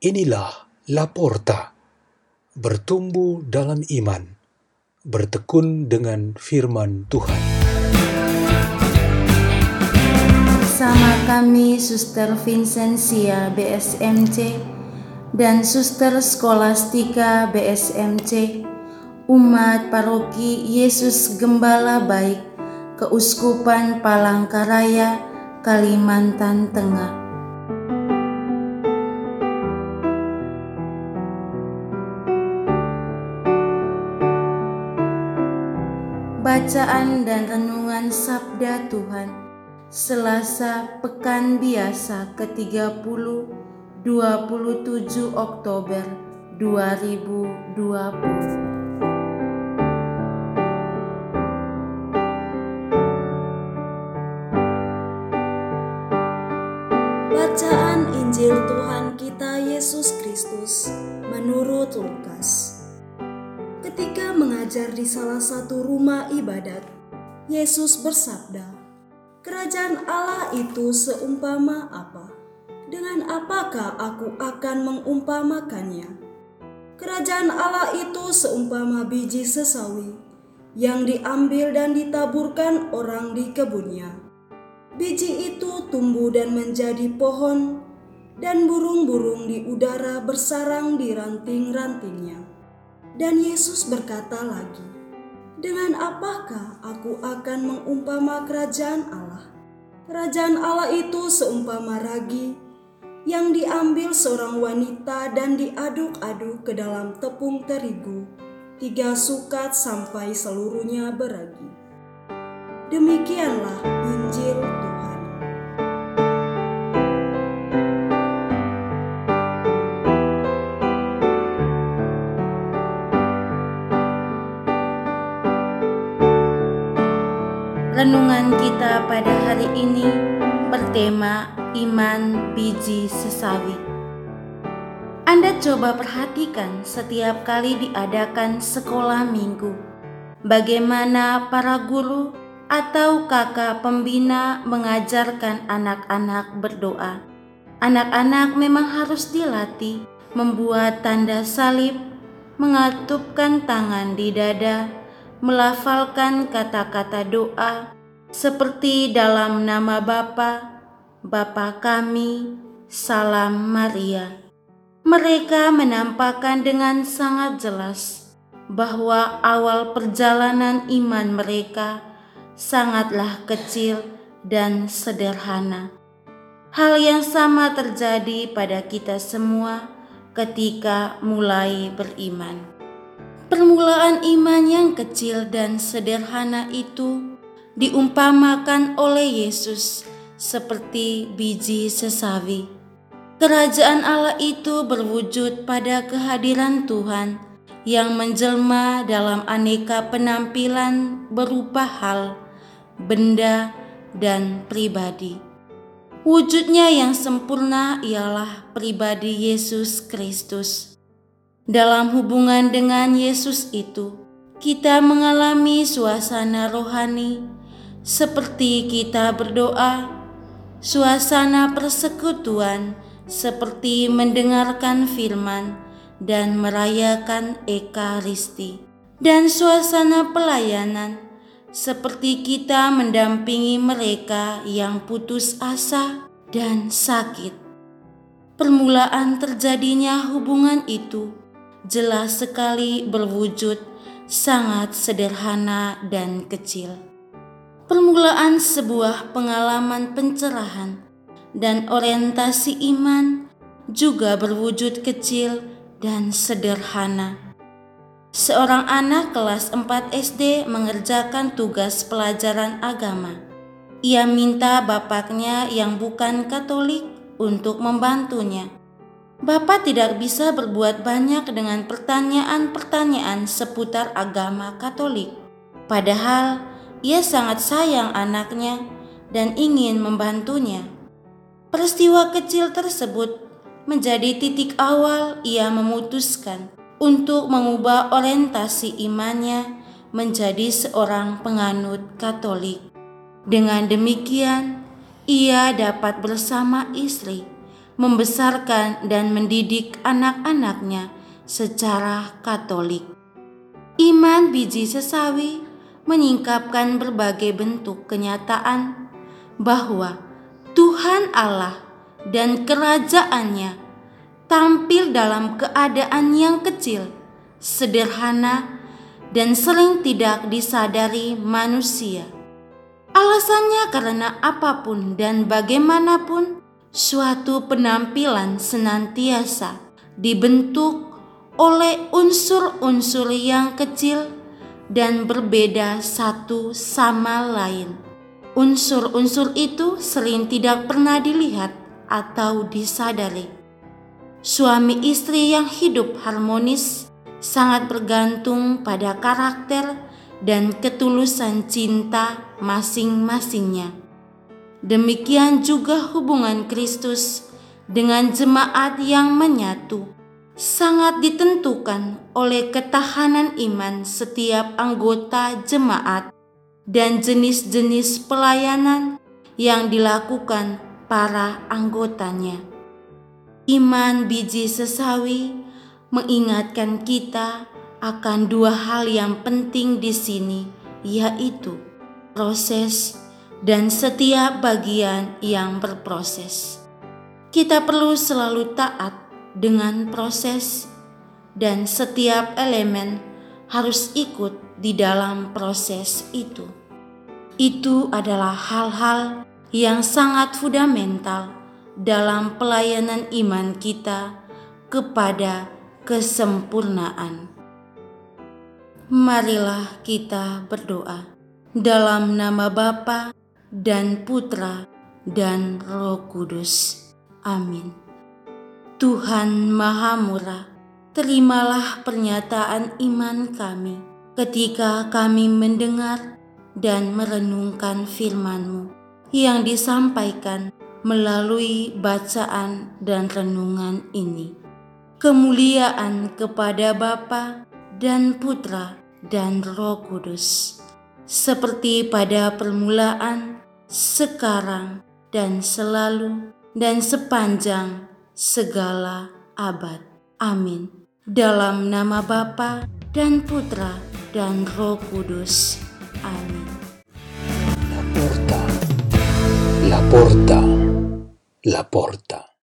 Inilah Laporta, bertumbuh dalam iman, bertekun dengan firman Tuhan. Bersama kami Suster Vincentia BSMC dan Suster Skolastika BSMC, umat paroki Yesus Gembala Baik, Keuskupan Palangkaraya, Kalimantan Tengah. Bacaan dan renungan Sabda Tuhan Selasa Pekan Biasa ke-30 27 Oktober 2020. Bacaan Injil Tuhan kita Yesus Kristus menurut Lukas. Ketika mengajar di salah satu rumah ibadat, Yesus bersabda, "Kerajaan Allah itu seumpama apa? Dengan apakah aku akan mengumpamakannya? Kerajaan Allah itu seumpama biji sesawi yang diambil dan ditaburkan orang di kebunnya. Biji itu tumbuh dan menjadi pohon, dan burung-burung di udara bersarang di ranting-rantingnya." Dan Yesus berkata lagi, "Dengan apakah aku akan mengumpama kerajaan Allah? Kerajaan Allah itu seumpama ragi yang diambil seorang wanita dan diaduk-aduk ke dalam tepung terigu 3 sukat sampai seluruhnya beragi." Demikianlah Injil Tuhan. Renungan kita pada hari ini bertema Iman Biji Sesawi. Anda coba perhatikan setiap kali diadakan sekolah minggu, bagaimana para guru atau kakak pembina mengajarkan anak-anak berdoa. Anak-anak memang harus dilatih membuat tanda salib, mengatupkan tangan di dada, melafalkan kata-kata doa seperti dalam nama Bapa, Bapa kami, Salam Maria. Mereka menampakkan dengan sangat jelas bahwa awal perjalanan iman mereka sangatlah kecil dan sederhana. Hal yang sama terjadi pada kita semua ketika mulai beriman. Permulaan iman yang kecil dan sederhana itu diumpamakan oleh Yesus seperti biji sesawi. Kerajaan Allah itu berwujud pada kehadiran Tuhan yang menjelma dalam aneka penampilan berupa hal, benda, dan pribadi. Wujudnya yang sempurna ialah pribadi Yesus Kristus. Dalam hubungan dengan Yesus itu, kita mengalami suasana rohani seperti kita berdoa, suasana persekutuan seperti mendengarkan firman dan merayakan Ekaristi, dan suasana pelayanan seperti kita mendampingi mereka yang putus asa dan sakit. Permulaan terjadinya hubungan itu jelas sekali berwujud sangat sederhana dan kecil. Permulaan sebuah pengalaman pencerahan dan orientasi iman juga berwujud kecil dan sederhana. Seorang anak kelas 4 SD mengerjakan tugas pelajaran agama. Ia minta bapaknya yang bukan Katolik untuk membantunya. Bapak tidak bisa berbuat banyak dengan pertanyaan-pertanyaan seputar agama Katolik. Padahal ia sangat sayang anaknya dan ingin membantunya. Peristiwa kecil tersebut menjadi titik awal ia memutuskan untuk mengubah orientasi imannya menjadi seorang penganut Katolik. Dengan demikian, ia dapat bersama istri membesarkan dan mendidik anak-anaknya secara Katolik. Iman biji sesawi menyingkapkan berbagai bentuk kenyataan bahwa Tuhan Allah dan kerajaannya tampil dalam keadaan yang kecil, sederhana, dan sering tidak disadari manusia. Alasannya karena apapun dan bagaimanapun, suatu penampilan senantiasa dibentuk oleh unsur-unsur yang kecil dan berbeda satu sama lain. Unsur-unsur itu sering tidak pernah dilihat atau disadari. Suami istri yang hidup harmonis sangat bergantung pada karakter dan ketulusan cinta masing-masingnya. Demikian juga hubungan Kristus dengan jemaat yang menyatu sangat ditentukan oleh ketahanan iman setiap anggota jemaat dan jenis-jenis pelayanan yang dilakukan para anggotanya. Iman biji sesawi mengingatkan kita akan dua hal yang penting di sini, yaitu proses dan setiap bagian yang berproses. Kita perlu selalu taat dengan proses, dan setiap elemen harus ikut di dalam proses itu. Itu adalah hal-hal yang sangat fundamental dalam pelayanan iman kita kepada kesempurnaan. Marilah kita berdoa. Dalam nama Bapa dan Putra dan Roh Kudus. Amin. Tuhan Maha Murah, terimalah pernyataan iman kami ketika kami mendengar dan merenungkan firman-Mu yang disampaikan melalui bacaan dan renungan ini. Kemuliaan kepada Bapa dan Putra dan Roh Kudus, seperti pada permulaan, sekarang, dan selalu, dan sepanjang segala abad. Amin. Dalam nama Bapa dan Putra dan Roh Kudus. Amin. La porta, la porta, la porta.